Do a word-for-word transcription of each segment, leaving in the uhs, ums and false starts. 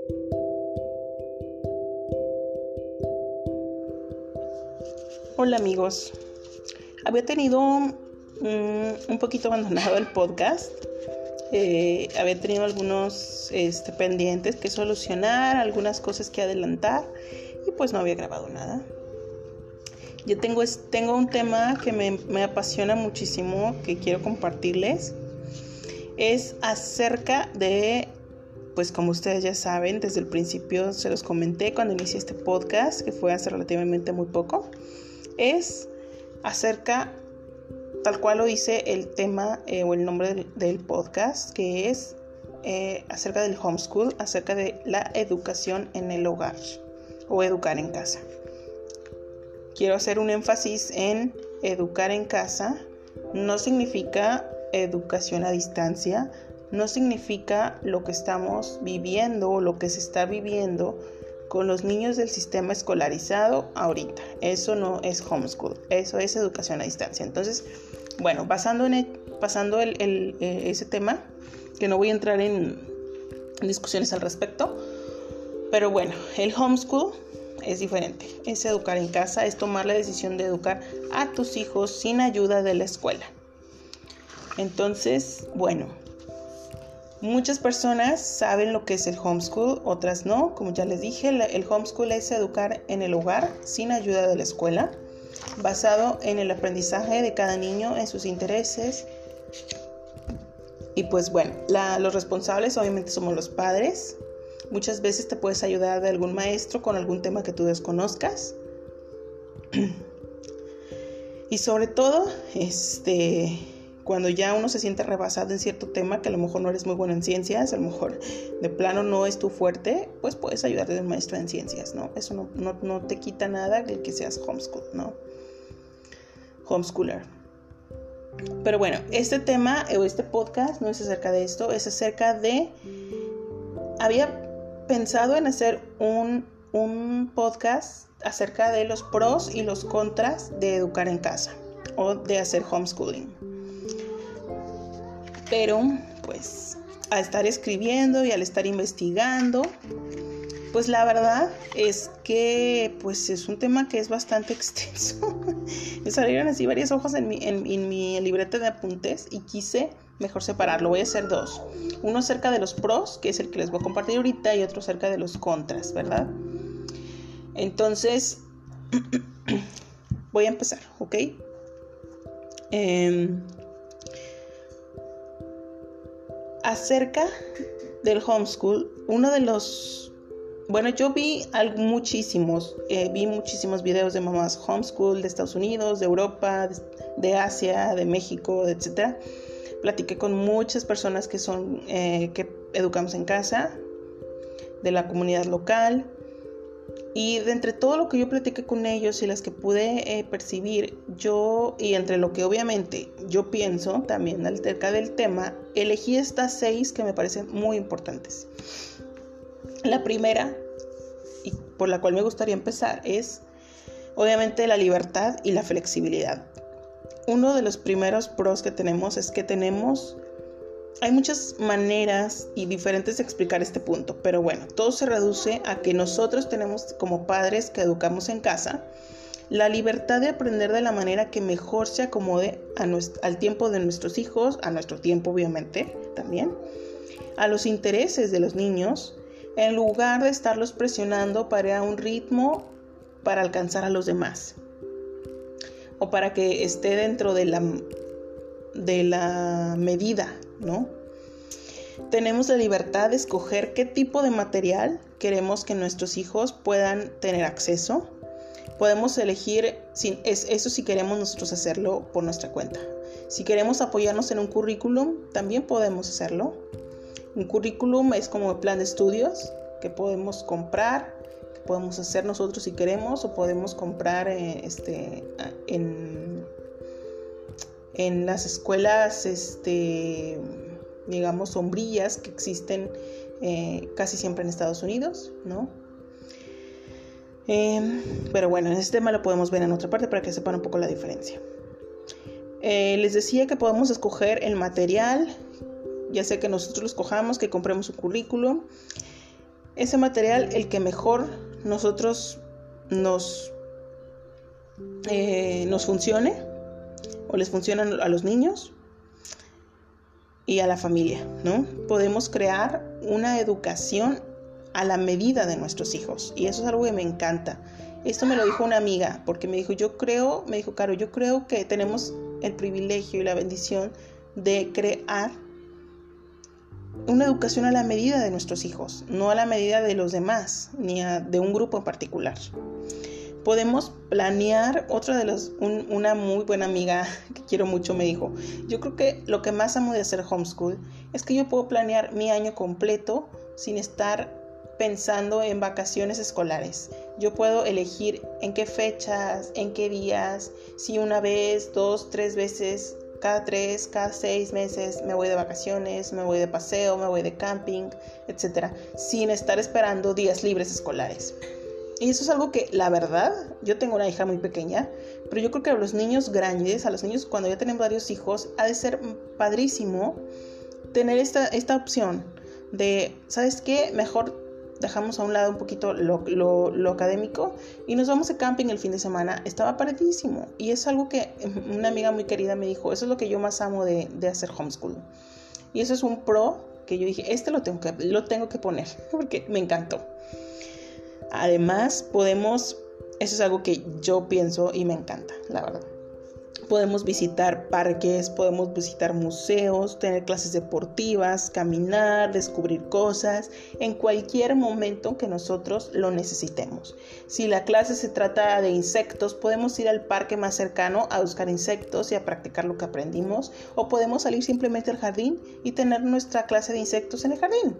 Hola amigos, había tenido um, un poquito abandonado el podcast, eh, había tenido algunos este, pendientes que solucionar, algunas cosas que adelantar y pues no había grabado nada. Yo tengo, tengo un tema que me, me apasiona muchísimo, que quiero compartirles, es acerca de, pues como ustedes ya saben, desde el principio se los comenté cuando inicié este podcast, que fue hace relativamente muy poco. Es acerca, tal cual lo dice el tema eh, o el nombre del, del podcast, que es eh, acerca del homeschool, acerca de la educación en el hogar o educar en casa. Quiero hacer un énfasis en educar en casa. No significa educación a distancia, no significa lo que estamos viviendo o lo que se está viviendo con los niños del sistema escolarizado ahorita. Eso no es homeschool, eso es educación a distancia. Entonces, bueno, pasando, en el, pasando el, el, eh, ese tema, que no voy a entrar en discusiones al respecto, pero bueno, el homeschool es diferente, es educar en casa, es tomar la decisión de educar a tus hijos sin ayuda de la escuela. Entonces, bueno, muchas personas saben lo que es el homeschool, otras no. Como ya les dije, el homeschool es educar en el hogar sin ayuda de la escuela, basado en el aprendizaje de cada niño, en sus intereses. Y pues bueno, la, los responsables obviamente somos los padres. Muchas veces te puedes ayudar de algún maestro con algún tema que tú desconozcas. Y sobre todo, este... cuando ya uno se siente rebasado en cierto tema, que a lo mejor no eres muy bueno en ciencias, a lo mejor de plano no es tu fuerte, pues puedes ayudarte del maestro en ciencias, ¿no? Eso no, no, no te quita nada el que seas homeschool, ¿no? Homeschooler. Pero bueno, este tema o este podcast no es acerca de esto, es acerca de... Había pensado en hacer un, un podcast acerca de los pros y los contras de educar en casa o de hacer homeschooling. Pero, pues, al estar escribiendo y al estar investigando, pues la verdad es que, pues, es un tema que es bastante extenso. Me salieron así varias hojas en mi, en, en mi libreta de apuntes y quise mejor separarlo. Voy a hacer dos. Uno acerca de los pros, que es el que les voy a compartir ahorita, y otro acerca de los contras, ¿verdad? Entonces, voy a empezar, ¿ok? Eh... Acerca del homeschool, uno de los... Bueno, yo vi muchísimos, eh, vi muchísimos videos de mamás homeschool de Estados Unidos, de Europa, de, de Asia, de México, etcétera. Platiqué con muchas personas que son, eh, que educamos en casa, de la comunidad local. Y de entre todo lo que yo platiqué con ellos y las que pude eh, percibir, yo, y entre lo que obviamente yo pienso también acerca del tema, elegí estas seis que me parecen muy importantes. La primera, y por la cual me gustaría empezar, es obviamente la libertad y la flexibilidad. Uno de los primeros pros que tenemos es que tenemos... Hay muchas maneras y diferentes de explicar este punto, pero bueno, todo se reduce a que nosotros tenemos como padres que educamos en casa la libertad de aprender de la manera que mejor se acomode a nuestro, al tiempo de nuestros hijos, a nuestro tiempo obviamente también, a los intereses de los niños, en lugar de estarlos presionando para un ritmo para alcanzar a los demás o para que esté dentro de la, de la medida, ¿no? Tenemos la libertad de escoger qué tipo de material queremos que nuestros hijos puedan tener acceso. Podemos elegir, eso si queremos nosotros hacerlo por nuestra cuenta. Si queremos apoyarnos en un currículum, también podemos hacerlo. Un currículum es como un plan de estudios que podemos comprar, que podemos hacer nosotros si queremos, o podemos comprar eh, este, en... en las escuelas, este, digamos, sombrillas que existen eh, casi siempre en Estados Unidos, ¿no? Eh, pero bueno, en este tema lo podemos ver en otra parte para que sepan un poco la diferencia. Eh, les decía que podemos escoger el material, ya sea que nosotros lo escojamos, que compremos un currículum. ese material el que mejor nosotros nos, eh, nos funcione o les funciona a los niños y a la familia, ¿no? Podemos crear una educación a la medida de nuestros hijos y eso es algo que me encanta. Esto me lo dijo una amiga porque me dijo, yo creo, me dijo, Caro, yo creo que tenemos el privilegio y la bendición de crear una educación a la medida de nuestros hijos, no a la medida de los demás, ni a, de un grupo en particular. Podemos planear, otra de las, un, una muy buena amiga que quiero mucho me dijo, yo creo que lo que más amo de hacer homeschool es que yo puedo planear mi año completo sin estar pensando en vacaciones escolares. Yo puedo elegir en qué fechas, en qué días, si una vez, dos, tres veces, cada tres, cada seis meses me voy de vacaciones, me voy de paseo, me voy de camping, etcétera, sin estar esperando días libres escolares. Y eso es algo que, la verdad, yo tengo una hija muy pequeña, pero yo creo que a los niños grandes, a los niños cuando ya tienen varios hijos, ha de ser padrísimo tener esta, esta opción de, ¿sabes qué? Mejor dejamos a un lado un poquito lo, lo, lo académico y nos vamos de camping el fin de semana. Estaba padrísimo. Y es algo que una amiga muy querida me dijo, eso es lo que yo más amo de, de hacer homeschool. Y eso es un pro que yo dije, este lo tengo que, lo tengo que poner, porque me encantó. Además, podemos, eso es algo que yo pienso y me encanta, la verdad. Podemos visitar parques, podemos visitar museos, tener clases deportivas, caminar, descubrir cosas en cualquier momento que nosotros lo necesitemos. Si la clase se trata de insectos, podemos ir al parque más cercano a buscar insectos y a practicar lo que aprendimos, o podemos salir simplemente al jardín y tener nuestra clase de insectos en el jardín.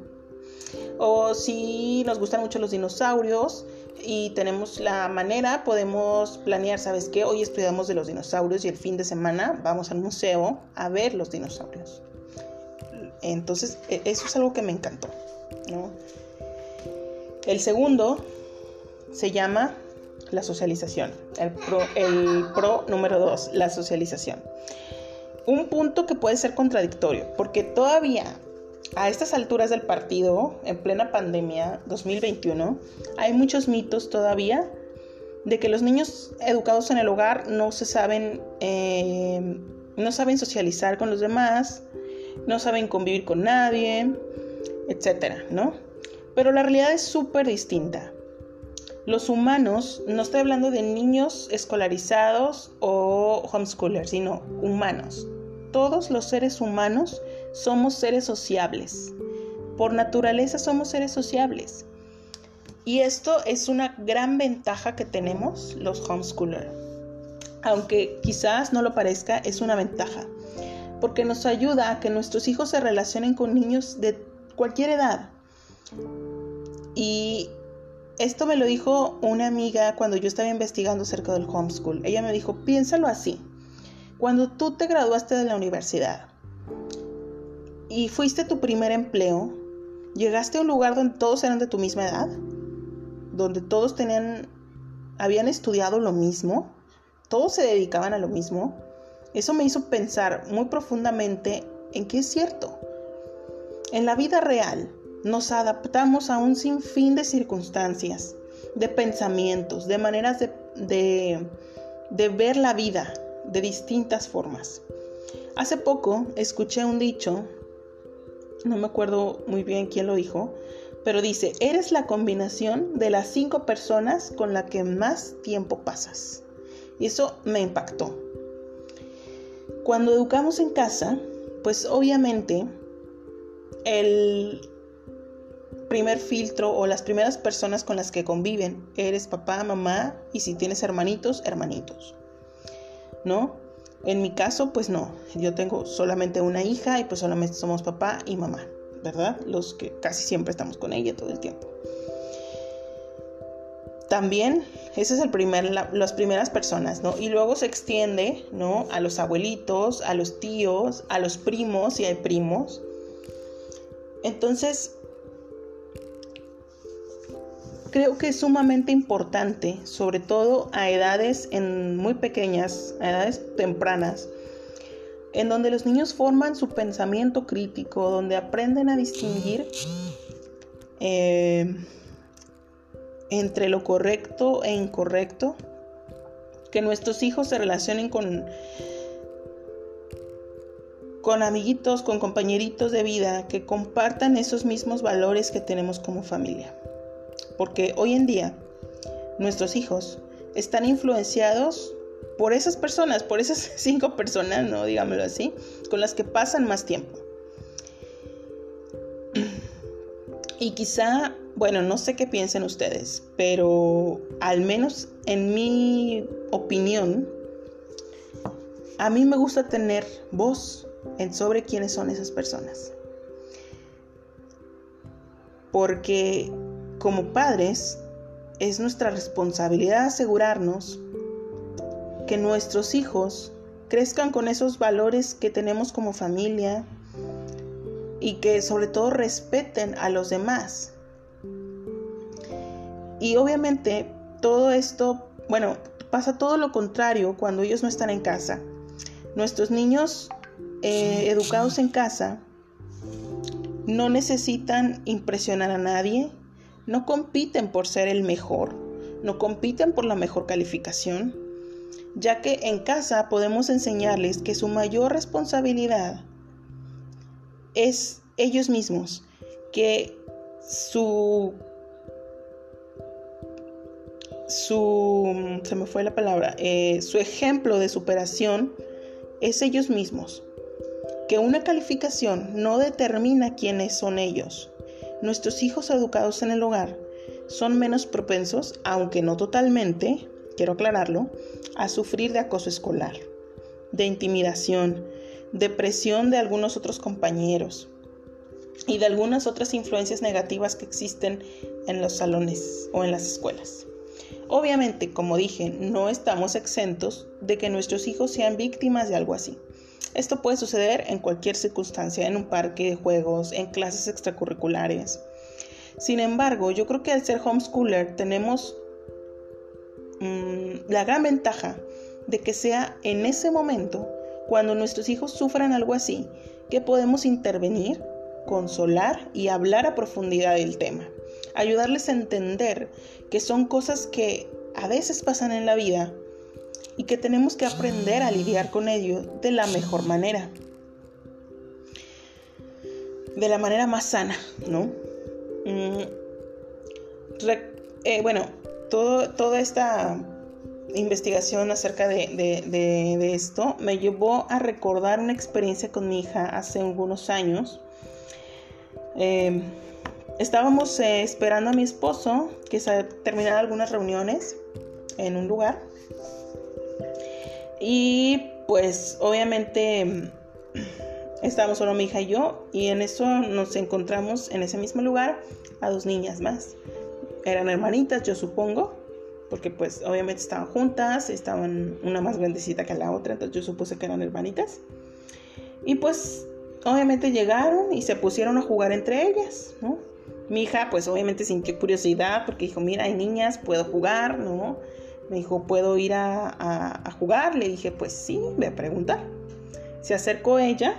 O si nos gustan mucho los dinosaurios y tenemos la manera, podemos planear, ¿sabes qué? Hoy estudiamos de los dinosaurios y el fin de semana vamos al museo a ver los dinosaurios. Entonces, eso es algo que me encantó, ¿no? El segundo se llama la socialización. El pro, el pro número dos, la socialización. Un punto que puede ser contradictorio, porque todavía a estas alturas del partido, en plena pandemia dos mil veintiuno, hay muchos mitos todavía de que los niños educados en el hogar no se saben, eh, no saben socializar con los demás, no saben convivir con nadie, etcétera, ¿no? Pero la realidad es súper distinta. Los humanos, no estoy hablando de niños escolarizados o homeschoolers, sino humanos. Todos los seres humanos somos seres sociables. Por naturaleza somos seres sociables. Y esto es una gran ventaja que tenemos los homeschoolers. Aunque quizás no lo parezca, es una ventaja. Porque nos ayuda a que nuestros hijos se relacionen con niños de cualquier edad. Y esto me lo dijo una amiga cuando yo estaba investigando acerca del homeschool. Ella me dijo, piénsalo así. Cuando tú te graduaste de la universidad y fuiste a tu primer empleo, llegaste a un lugar donde todos eran de tu misma edad, donde todos tenían, habían estudiado lo mismo, todos se dedicaban a lo mismo. Eso me hizo pensar muy profundamente en que es cierto. En la vida real nos adaptamos a un sinfín de circunstancias, de pensamientos, de maneras de, de, de ver la vida de distintas formas. Hace poco escuché un dicho, no me acuerdo muy bien quién lo dijo, pero dice, eres la combinación de las cinco personas con las que más tiempo pasas. Y eso me impactó. Cuando educamos en casa, pues obviamente el primer filtro o las primeras personas con las que conviven eres papá, mamá y si tienes hermanitos, hermanitos, ¿no? En mi caso, pues no, yo tengo solamente una hija y pues solamente somos papá y mamá, ¿verdad? Los que casi siempre estamos con ella todo el tiempo. También, ese es el primer, la, las primeras personas, ¿no? Y luego se extiende, ¿no? A los abuelitos, a los tíos, a los primos, si hay primos. Entonces, creo que es sumamente importante, sobre todo a edades en muy pequeñas, a edades tempranas, en donde los niños forman su pensamiento crítico, donde aprenden a distinguir eh, entre lo correcto e incorrecto, que nuestros hijos se relacionen con, con amiguitos, con compañeritos de vida, que compartan esos mismos valores que tenemos como familia. Porque hoy en día nuestros hijos están influenciados por esas personas, por esas cinco personas, ¿no? Digámoslo así, con las que pasan más tiempo. Y quizá, bueno, no sé qué piensen ustedes, pero al menos en mi opinión, a mí me gusta tener voz en sobre quiénes son esas personas. Porque como padres es nuestra responsabilidad asegurarnos que nuestros hijos crezcan con esos valores que tenemos como familia y que sobre todo respeten a los demás. Y obviamente todo esto, bueno, pasa todo lo contrario cuando ellos no están en casa. Nuestros niños eh, educados en casa no necesitan impresionar a nadie, no compiten por ser el mejor, no compiten por la mejor calificación, ya que en casa podemos enseñarles que su mayor responsabilidad es ellos mismos, que su, su, se me fue la palabra, eh, su ejemplo de superación es ellos mismos, que una calificación no determina quiénes son ellos. Nuestros hijos educados en el hogar son menos propensos, aunque no totalmente, quiero aclararlo, a sufrir de acoso escolar, de intimidación, de presión de algunos otros compañeros y de algunas otras influencias negativas que existen en los salones o en las escuelas. Obviamente, como dije, no estamos exentos de que nuestros hijos sean víctimas de algo así. Esto puede suceder en cualquier circunstancia, en un parque de juegos, en clases extracurriculares. Sin embargo, yo creo que al ser homeschooler tenemos mmm, la gran ventaja de que sea en ese momento, cuando nuestros hijos sufran algo así, que podemos intervenir, consolar y hablar a profundidad del tema. Ayudarles a entender que son cosas que a veces pasan en la vida y que tenemos que aprender a lidiar con ello de la mejor manera, de la manera más sana, ¿no? Mm, re, eh, bueno, todo, toda esta investigación acerca de, de, de, de esto me llevó a recordar una experiencia con mi hija hace algunos años. Eh, estábamos eh, esperando a mi esposo que se terminara algunas reuniones en un lugar. Y pues obviamente estábamos solo mi hija y yo, y en eso nos encontramos en ese mismo lugar a dos niñas más. Eran hermanitas, yo supongo, porque pues obviamente estaban juntas, estaban una más grandecita que la otra, entonces yo supuse que eran hermanitas. Y pues obviamente llegaron y se pusieron a jugar entre ellas, ¿no? Mi hija pues obviamente sintió curiosidad porque dijo, mira, hay niñas, puedo jugar, ¿no? Me dijo, ¿puedo ir a, a, a jugar? Le dije, pues sí, voy a preguntar. Se acercó ella,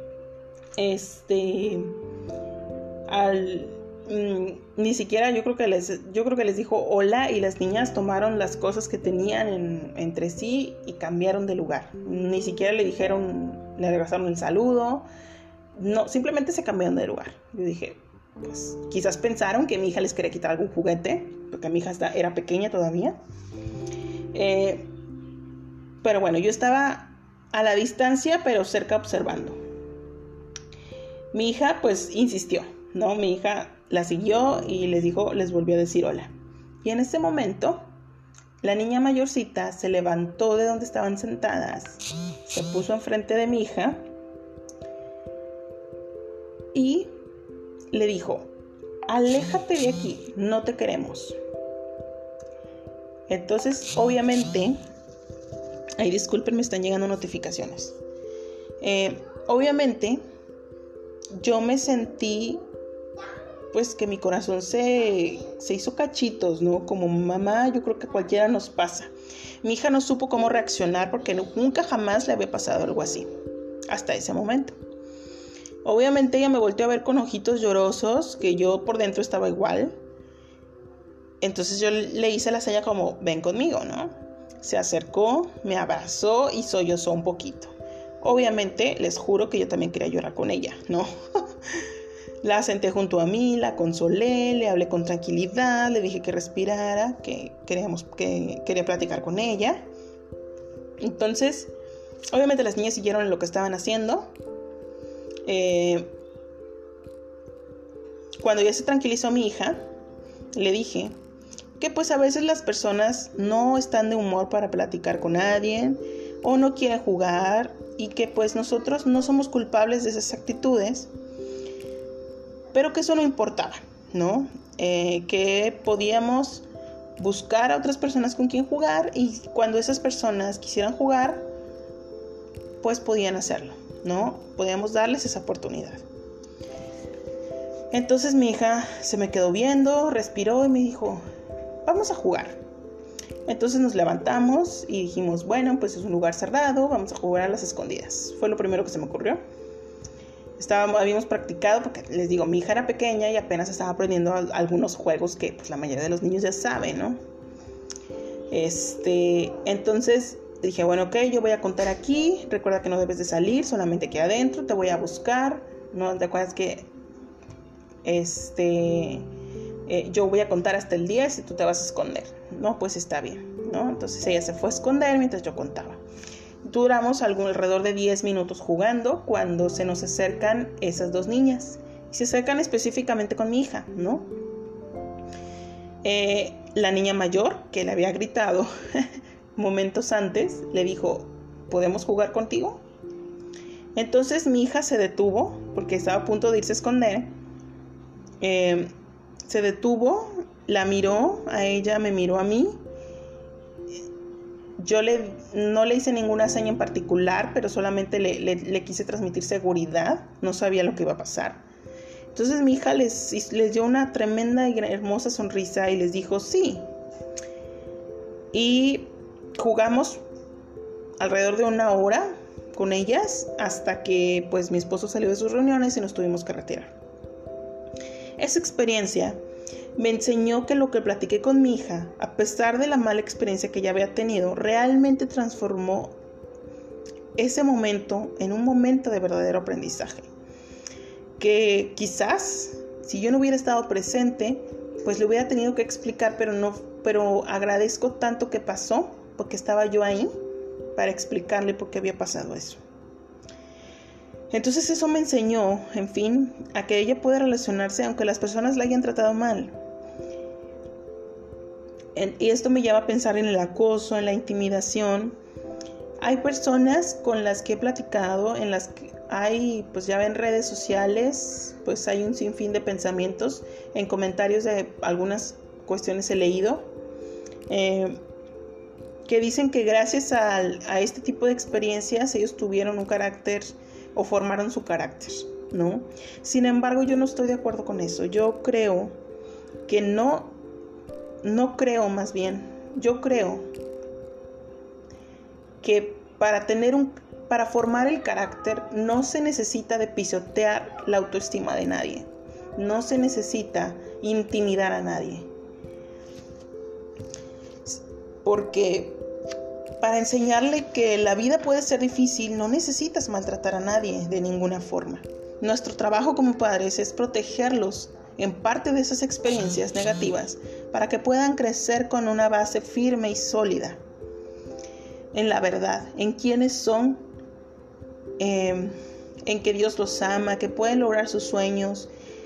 este, al, mmm, ni siquiera yo creo que les, yo creo que les dijo hola, y las niñas tomaron las cosas que tenían en, entre sí y cambiaron de lugar. Ni siquiera le dijeron, le regresaron el saludo, no, simplemente se cambiaron de lugar. Yo dije, pues quizás pensaron que mi hija les quería quitar algún juguete, porque mi hija era pequeña todavía. Eh, pero bueno, yo estaba a la distancia, pero cerca observando. Mi hija pues insistió, ¿no? Mi hija la siguió y les dijo, les volvió a decir hola. Y en ese momento, la niña mayorcita se levantó de donde estaban sentadas, se puso enfrente de mi hija y le dijo, aléjate de aquí, no te queremos. Entonces, obviamente, ay, disculpen, me están llegando notificaciones. Eh, obviamente, yo me sentí, pues, que mi corazón se, se hizo cachitos, ¿no? Como mamá, yo creo que a cualquiera nos pasa. Mi hija no supo cómo reaccionar porque nunca jamás le había pasado algo así, hasta ese momento. Obviamente ella me volteó a ver con ojitos llorosos, que yo por dentro estaba igual. Entonces yo le hice la seña como, ven conmigo, ¿no? Se acercó, me abrazó y sollozó un poquito. Obviamente, les juro que yo también quería llorar con ella, ¿no? La senté junto a mí, la consolé, le hablé con tranquilidad, le dije que respirara, que, queríamos, que quería platicar con ella. Entonces, obviamente las niñas siguieron lo que estaban haciendo. Eh, cuando ya se tranquilizó mi hija, le dije que pues a veces las personas no están de humor para platicar con nadie o no quieren jugar y que pues nosotros no somos culpables de esas actitudes, pero que eso no importaba, ¿no? Eh, que podíamos buscar a otras personas con quien jugar y cuando esas personas quisieran jugar, pues podían hacerlo, ¿no? Podíamos darles esa oportunidad. Entonces mi hija se me quedó viendo, respiró y me dijo, vamos a jugar. Entonces nos levantamos y dijimos, bueno, pues es un lugar cerrado, vamos a jugar a las escondidas. Fue lo primero que se me ocurrió. Estábamos, habíamos practicado, porque les digo, mi hija era pequeña y apenas estaba aprendiendo algunos juegos que pues la mayoría de los niños ya saben, ¿no? Este, entonces dije, bueno, ok, yo voy a contar aquí, recuerda que no debes de salir, solamente aquí adentro, te voy a buscar, ¿no? ¿Te acuerdas que este, eh, yo voy a contar hasta el diez y tú te vas a esconder? No, pues está bien, ¿no? Entonces ella se fue a esconder mientras yo contaba. Duramos algún, alrededor de diez minutos jugando cuando se nos acercan esas dos niñas. Y se acercan específicamente con mi hija, ¿no? Eh, la niña mayor, que le había gritado momentos antes, le dijo, ¿podemos jugar contigo? Entonces mi hija se detuvo, porque estaba a punto de irse a esconder. Eh, se detuvo, la miró a ella, me miró a mí. Yo le, no le hice ninguna seña en particular, pero solamente le, le, le quise transmitir seguridad. No sabía lo que iba a pasar. Entonces mi hija les, les dio una tremenda y hermosa sonrisa y les dijo sí. Y jugamos alrededor de una hora con ellas hasta que pues mi esposo salió de sus reuniones y nos tuvimos que retirar. Esa experiencia me enseñó que lo que platiqué con mi hija, a pesar de la mala experiencia que ella había tenido, realmente transformó ese momento en un momento de verdadero aprendizaje. Que quizás, si yo no hubiera estado presente, pues le hubiera tenido que explicar, pero no, pero agradezco tanto que pasó, porque estaba yo ahí para explicarle por qué había pasado eso. Entonces eso me enseñó, en fin, a que ella puede relacionarse aunque las personas la hayan tratado mal. Y esto me lleva a pensar en el acoso, en la intimidación. Hay personas con las que he platicado, en las que hay, pues ya ven, redes sociales, pues hay un sinfín de pensamientos. En comentarios de algunas cuestiones he leído, eh, que dicen que gracias a, a este tipo de experiencias ellos tuvieron un carácter o formaron su carácter, ¿no? Sin embargo, yo no estoy de acuerdo con eso. Yo creo que no, no creo más bien, yo creo que para tener un, para formar el carácter no se necesita de pisotear la autoestima de nadie, no se necesita intimidar a nadie, porque para enseñarle que la vida puede ser difícil no necesitas maltratar a nadie de ninguna forma. Nuestro trabajo como padres es protegerlos en parte de esas experiencias negativas para que puedan crecer con una base firme y sólida en la verdad, en quiénes son, eh, en que Dios los ama, que pueden lograr sus sueños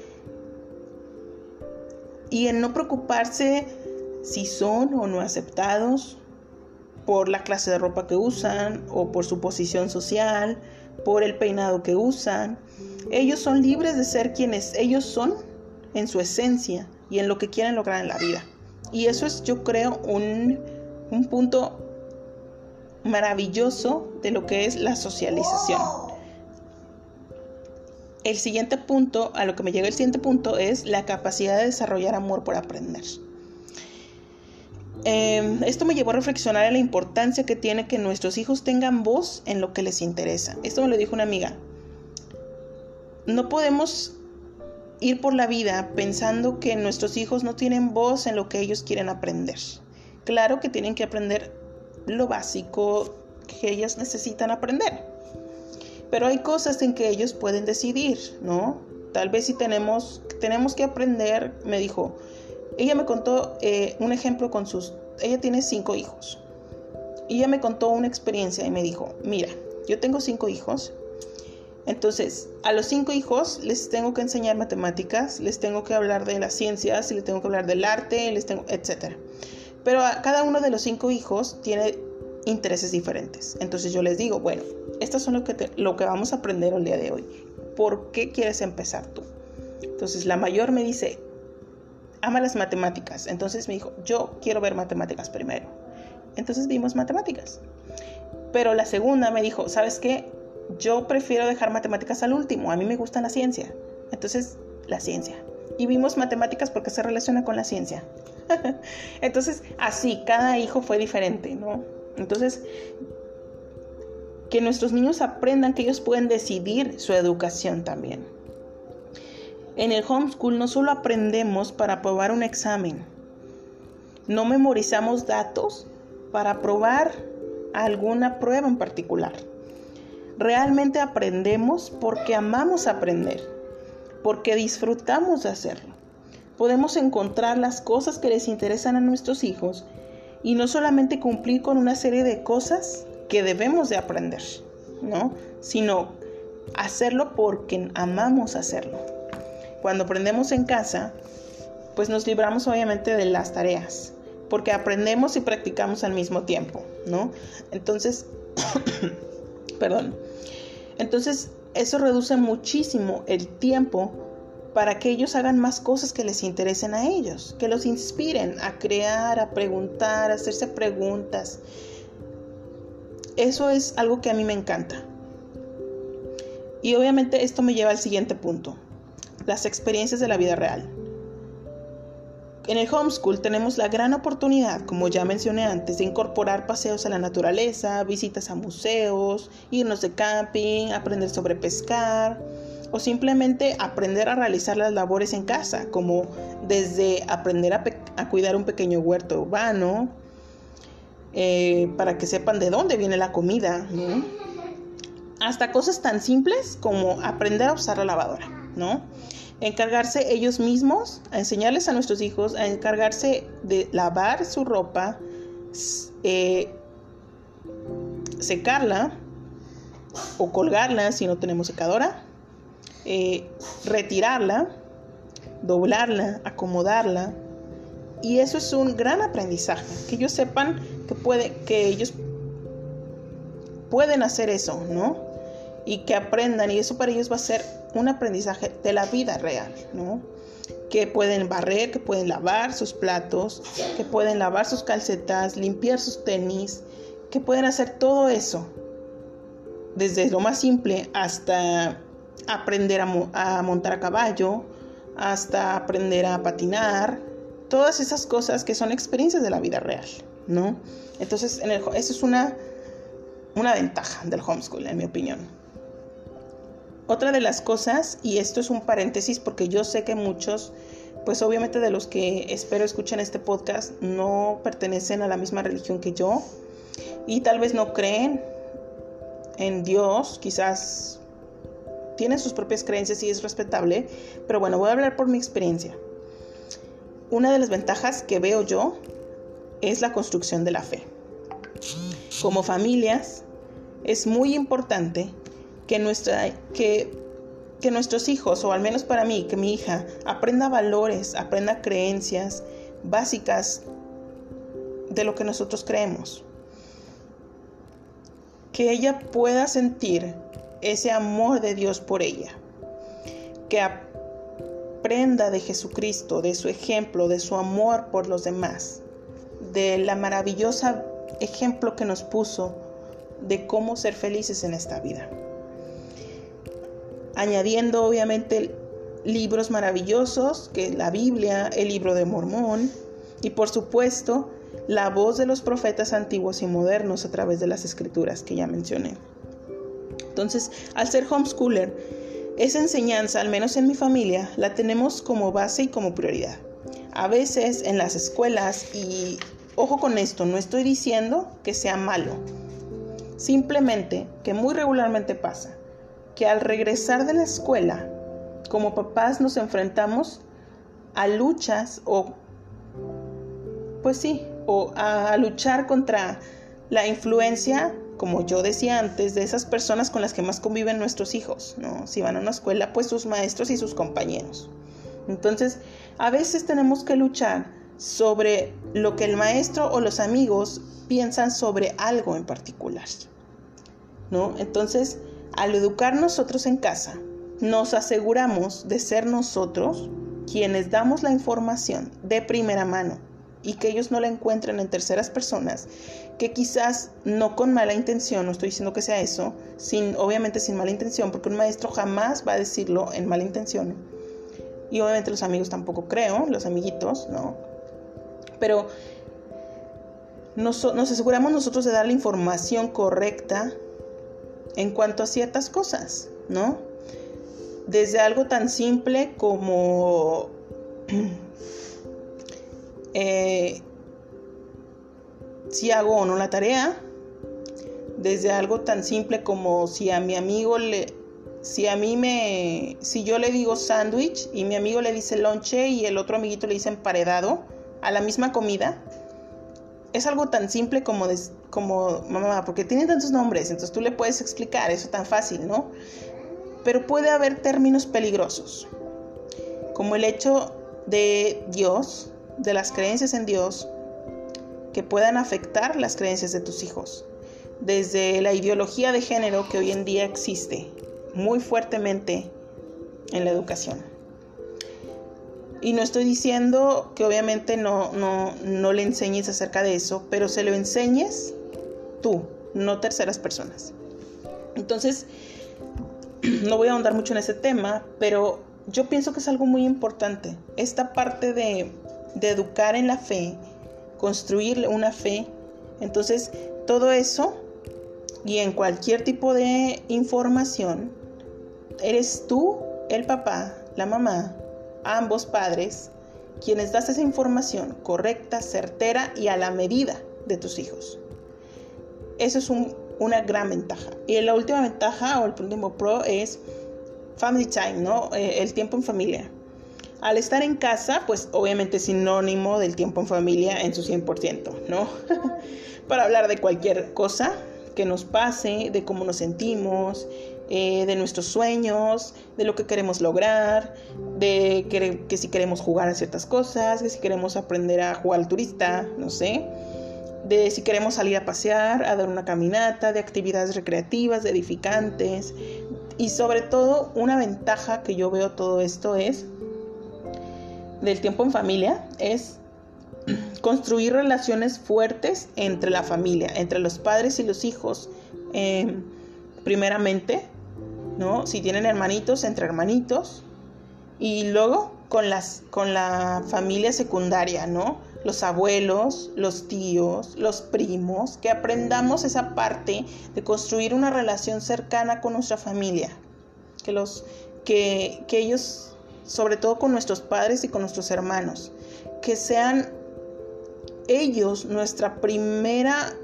y en no preocuparse si son o no aceptados por la clase de ropa que usan o por su posición social, por el peinado que usan. Ellos son libres de ser quienes ellos son en su esencia y en lo que quieren lograr en la vida. Y eso es, yo creo, un, un punto maravilloso de lo que es la socialización. El siguiente punto, a lo que me llega el siguiente punto, es la capacidad de desarrollar amor por aprender. Eh, esto me llevó a reflexionar en la importancia que tiene que nuestros hijos tengan voz en lo que les interesa. Esto me lo dijo una amiga. no podemos ir por la vida pensando que nuestros hijos no tienen voz en lo que ellos quieren aprender. Claro que tienen que aprender lo básico que ellas necesitan aprender, pero hay cosas en que ellos pueden decidir, ¿no? Tal vez si tenemos, tenemos que aprender, me dijo, ella me contó eh, un ejemplo con sus, ella tiene cinco hijos, y ella me contó una experiencia y me dijo, mira, yo tengo cinco hijos, entonces a los cinco hijos les tengo que enseñar matemáticas, les tengo que hablar de las ciencias, les tengo que hablar del arte, les tengo, etcétera. Pero a cada uno de los cinco hijos tiene intereses diferentes. Entonces yo les digo, bueno, esto es lo que, te, lo que vamos a aprender el día de hoy. ¿Por qué quieres empezar tú? Entonces la mayor me dice, ama las matemáticas. Entonces me dijo, yo quiero ver matemáticas primero. Entonces vimos matemáticas. Pero la segunda me dijo, ¿sabes qué? Yo prefiero dejar matemáticas al último. A mí me gusta la ciencia. Entonces, la ciencia. Y vimos matemáticas porque se relaciona con la ciencia. Entonces, así, cada hijo fue diferente, ¿no? Entonces, que nuestros niños aprendan que ellos pueden decidir su educación también. En el homeschool no solo aprendemos para aprobar un examen, no memorizamos datos para aprobar alguna prueba en particular. Realmente aprendemos porque amamos aprender, porque disfrutamos de hacerlo. Podemos encontrar las cosas que les interesan a nuestros hijos y no solamente cumplir con una serie de cosas que debemos de aprender, ¿no? Sino hacerlo porque amamos hacerlo. Cuando aprendemos en casa, pues nos libramos obviamente de las tareas, porque aprendemos y practicamos al mismo tiempo, ¿no? Entonces, perdón. Entonces, eso reduce muchísimo el tiempo para que ellos hagan más cosas que les interesen a ellos, que los inspiren a crear, a preguntar, a hacerse preguntas. Eso es algo que a mí me encanta. Y obviamente esto me lleva al siguiente punto, las experiencias de la vida real. En el homeschool tenemos la gran oportunidad, como ya mencioné antes, de incorporar paseos a la naturaleza, visitas a museos, irnos de camping, aprender sobre pescar o simplemente aprender a realizar las labores en casa, como desde aprender a, pe- a cuidar un pequeño huerto urbano, eh, para que sepan de dónde viene la comida, ¿no? Hasta cosas tan simples como aprender a usar la lavadora, ¿no? Encargarse ellos mismos, a enseñarles a nuestros hijos a encargarse de lavar su ropa, eh, secarla o colgarla si no tenemos secadora, eh, retirarla, doblarla, acomodarla. Y eso es un gran aprendizaje, que ellos sepan que, puede, que ellos pueden hacer eso, ¿no? Y que aprendan, y eso para ellos va a ser un aprendizaje de la vida real, ¿no? Que pueden barrer, que pueden lavar sus platos, que pueden lavar sus calcetas, limpiar sus tenis, que pueden hacer todo eso, desde lo más simple hasta aprender a, mo- a montar a caballo, hasta aprender a patinar, todas esas cosas que son experiencias de la vida real, ¿no? Entonces, en el, eso es una, una ventaja del homeschool, en mi opinión. Otra de las cosas, y esto es un paréntesis porque yo sé que muchos, pues obviamente de los que espero escuchen este podcast, no pertenecen a la misma religión que yo y tal vez no creen en Dios, quizás tienen sus propias creencias y es respetable, pero bueno, voy a hablar por mi experiencia. Una de las ventajas que veo yo es la construcción de la fe. Como familias, es muy importante que, nuestra, que, que nuestros hijos, o al menos para mí, que mi hija, aprenda valores, aprenda creencias básicas de lo que nosotros creemos. Que ella pueda sentir ese amor de Dios por ella. Que aprenda de Jesucristo, de su ejemplo, de su amor por los demás. De la maravillosa ejemplo que nos puso de cómo ser felices en esta vida. Añadiendo obviamente libros maravillosos, que es la Biblia, el libro de Mormón y por supuesto la voz de los profetas antiguos y modernos a través de las escrituras que ya mencioné. Entonces, al ser homeschooler, esa enseñanza, al menos en mi familia, la tenemos como base y como prioridad. A veces en las escuelas, y ojo con esto, no estoy diciendo que sea malo, simplemente que muy regularmente pasa que al regresar de la escuela, como papás nos enfrentamos a luchas o, pues sí, o a, a luchar contra la influencia, como yo decía antes, de esas personas con las que más conviven nuestros hijos, ¿no? Si van a una escuela, pues sus maestros y sus compañeros. Entonces, a veces tenemos que luchar sobre lo que el maestro o los amigos piensan sobre algo en particular, ¿no? Entonces, al educar nosotros en casa, nos aseguramos de ser nosotros quienes damos la información de primera mano y que ellos no la encuentren en terceras personas, que quizás no con mala intención, no estoy diciendo que sea eso, sin, obviamente sin mala intención, porque un maestro jamás va a decirlo en mala intención. Y obviamente los amigos tampoco creo, los amiguitos, ¿no? Pero nos, nos aseguramos nosotros de dar la información correcta en cuanto a ciertas cosas, ¿no? Desde algo tan simple como eh, si hago o no la tarea, desde algo tan simple como si a mi amigo le, si a mí me, si yo le digo sándwich y mi amigo le dice lonche y el otro amiguito le dice emparedado a la misma comida, es algo tan simple como, de, como mamá, porque tienen tantos nombres, entonces tú le puedes explicar eso tan fácil, ¿no? Pero puede haber términos peligrosos, como el hecho de Dios, de las creencias en Dios, que puedan afectar las creencias de tus hijos. Desde la ideología de género que hoy en día existe muy fuertemente en la educación. Y no estoy diciendo que obviamente no, no, no le enseñes acerca de eso, pero se lo enseñes tú, no terceras personas. Entonces, no voy a ahondar mucho en ese tema, pero yo pienso que es algo muy importante. Esta parte de, de educar en la fe, construir una fe. Entonces, todo eso y en cualquier tipo de información, eres tú, el papá, la mamá, ambos padres, quienes das esa información correcta, certera y a la medida de tus hijos. Eso es un una gran ventaja. Y la última ventaja o el último pro es family time, ¿no? Eh, el tiempo en familia. Al estar en casa, pues obviamente es sinónimo del tiempo en familia en su cien por ciento, ¿no? Para hablar de cualquier cosa que nos pase, de cómo nos sentimos, eh, de nuestros sueños, de lo que queremos lograr, de que, que si queremos jugar a ciertas cosas, que si queremos aprender a jugar al turista, no sé, de si queremos salir a pasear, a dar una caminata, de actividades recreativas, de edificantes. Y sobre todo, una ventaja que yo veo todo esto es, del tiempo en familia, es construir relaciones fuertes entre la familia, entre los padres y los hijos, eh, primeramente, ¿no? Si tienen hermanitos, entre hermanitos, y luego con, las, con la familia secundaria, ¿no? Los abuelos, los tíos, los primos, que aprendamos esa parte de construir una relación cercana con nuestra familia, que, los, que, que ellos, sobre todo con nuestros padres y con nuestros hermanos, que sean ellos nuestra primera,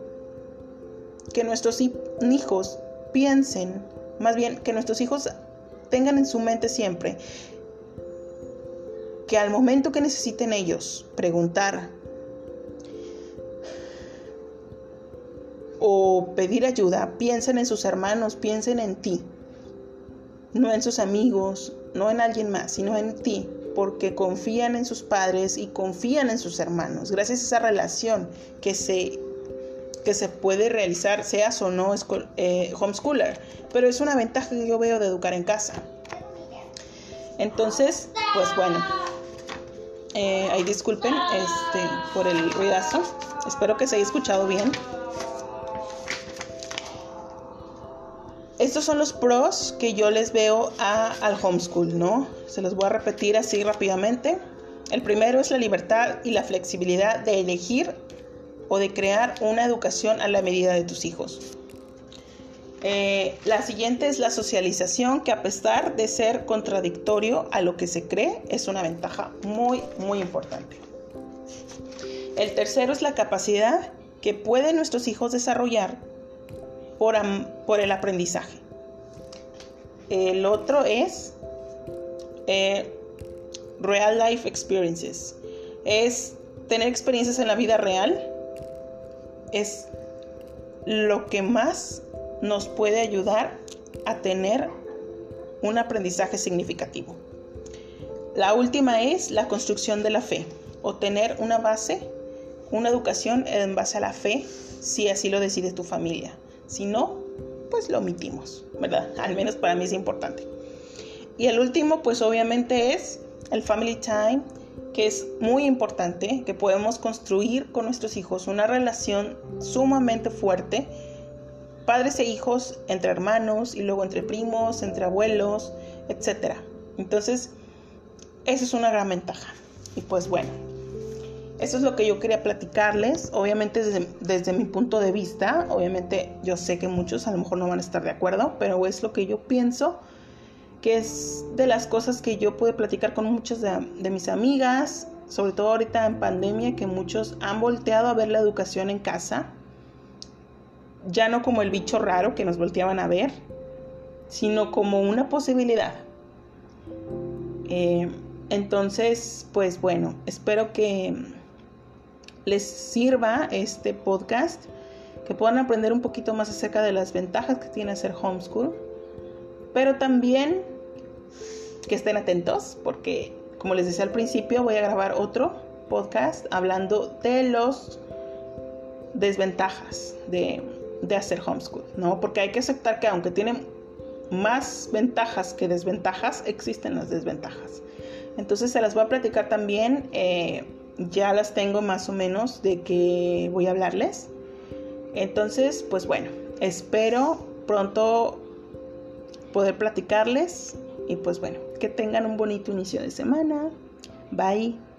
que nuestros hijos piensen, más bien que nuestros hijos tengan en su mente siempre que al momento que necesiten ellos preguntar o pedir ayuda, piensen en sus hermanos, piensen en ti, no en sus amigos, no en alguien más, sino en ti, porque confían en sus padres y confían en sus hermanos, gracias a esa relación que se, que se puede realizar, seas o no eh, homeschooler, pero es una ventaja que yo veo de educar en casa. Entonces, pues bueno, eh, ahí disculpen este, por el ruidazo, espero que se haya escuchado bien. Estos son los pros que yo les veo a, al homeschool, ¿no? Se los voy a repetir así rápidamente. El primero es la libertad y la flexibilidad de elegir o de crear una educación a la medida de tus hijos. Eh, la siguiente es la socialización, que a pesar de ser contradictorio a lo que se cree, es una ventaja muy, muy importante. El tercero es la capacidad que pueden nuestros hijos desarrollar por, por el aprendizaje. El otro es eh, real life experiences. Es tener experiencias en la vida real. Es lo que más nos puede ayudar a tener un aprendizaje significativo. La última es la construcción de la fe, o tener una base, una educación en base a la fe, si así lo decide tu familia. Si no, pues lo omitimos, ¿verdad? Al menos para mí es importante. Y el último, pues obviamente es el family time, que es muy importante, que podemos construir con nuestros hijos una relación sumamente fuerte, padres e hijos, entre hermanos y luego entre primos, entre abuelos, etcétera. Entonces, eso es una gran ventaja. Y pues bueno, eso es lo que yo quería platicarles, obviamente desde, desde mi punto de vista. Obviamente yo sé que muchos a lo mejor no van a estar de acuerdo, pero es lo que yo pienso, que es de las cosas que yo pude platicar con muchas de, de mis amigas, sobre todo ahorita en pandemia, que muchos han volteado a ver la educación en casa, ya no como el bicho raro que nos volteaban a ver, sino como una posibilidad. Eh, entonces, pues bueno, espero que les sirva este podcast, que puedan aprender un poquito más acerca de las ventajas que tiene hacer homeschool, pero también que estén atentos, porque como les decía al principio, voy a grabar otro podcast hablando de las desventajas de de hacer homeschool, ¿no? Porque hay que aceptar que aunque tienen más ventajas que desventajas, existen las desventajas. Entonces se las voy a platicar también, eh, ya las tengo más o menos de que voy a hablarles. Entonces, pues bueno, espero pronto poder platicarles y pues bueno, que tengan un bonito inicio de semana. Bye.